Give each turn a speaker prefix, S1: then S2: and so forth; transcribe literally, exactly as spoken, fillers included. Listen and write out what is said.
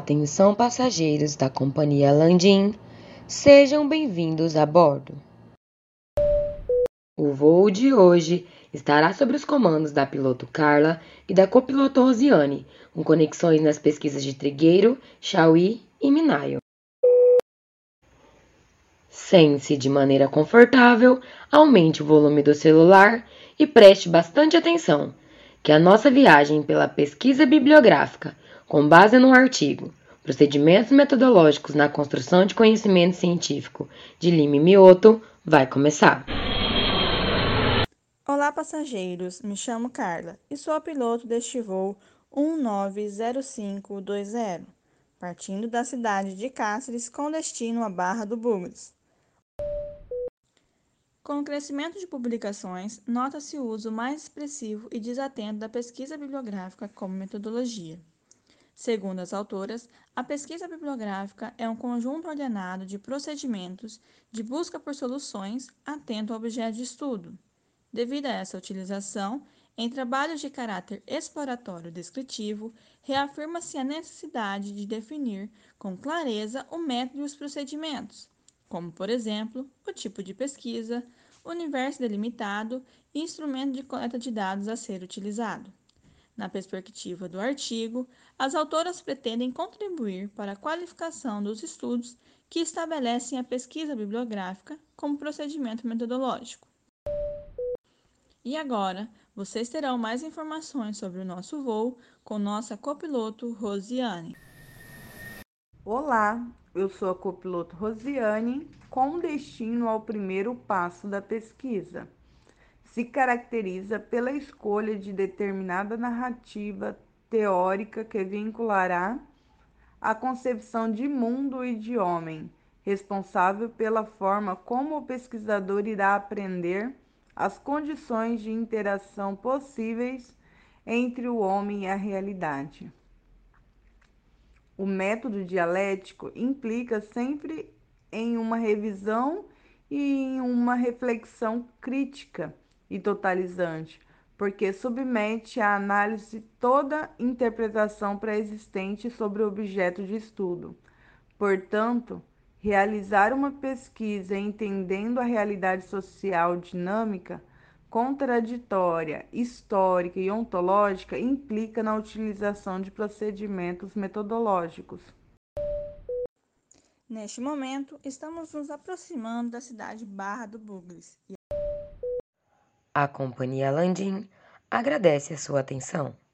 S1: Atenção passageiros da companhia Landim, sejam bem-vindos a bordo. O voo de hoje estará sob os comandos da piloto Carla e da copiloto Rosiane, com conexões nas pesquisas de Trigueiro, Chauí e Minayo. Sente-se de maneira confortável, aumente o volume do celular e preste bastante atenção, que a nossa viagem pela pesquisa bibliográfica, com base no artigo Procedimentos Metodológicos na Construção de Conhecimento Científico, de Lima e Mioto, vai começar.
S2: Olá, passageiros. Me chamo Carla e sou a piloto deste voo um nove zero cinco dois zero, partindo da cidade de Cáceres com destino à Barra do Bugres. Com o crescimento de publicações, nota-se o uso mais expressivo e desatento da pesquisa bibliográfica como metodologia. Segundo as autoras, a pesquisa bibliográfica é um conjunto ordenado de procedimentos de busca por soluções atento ao objeto de estudo. Devido a essa utilização, em trabalhos de caráter exploratório descritivo, reafirma-se a necessidade de definir com clareza o método e os procedimentos, como, por exemplo, o tipo de pesquisa, universo delimitado e instrumento de coleta de dados a ser utilizado. Na perspectiva do artigo, as autoras pretendem contribuir para a qualificação dos estudos que estabelecem a pesquisa bibliográfica como procedimento metodológico. E agora, vocês terão mais informações sobre o nosso voo com nossa copiloto Rosiane.
S3: Olá, eu sou a copiloto Rosiane, com destino ao primeiro passo da pesquisa. Se caracteriza pela escolha de determinada narrativa teórica que vinculará a concepção de mundo e de homem, responsável pela forma como o pesquisador irá aprender as condições de interação possíveis entre o homem e a realidade. O método dialético implica sempre em uma revisão e em uma reflexão crítica e totalizante, porque submete à análise toda interpretação pré-existente sobre o objeto de estudo. Portanto, realizar uma pesquisa entendendo a realidade social dinâmica, contraditória, histórica e ontológica implica na utilização de procedimentos metodológicos.
S2: Neste momento, estamos nos aproximando da cidade Barra do Bugres.
S1: A companhia Landim agradece a sua atenção.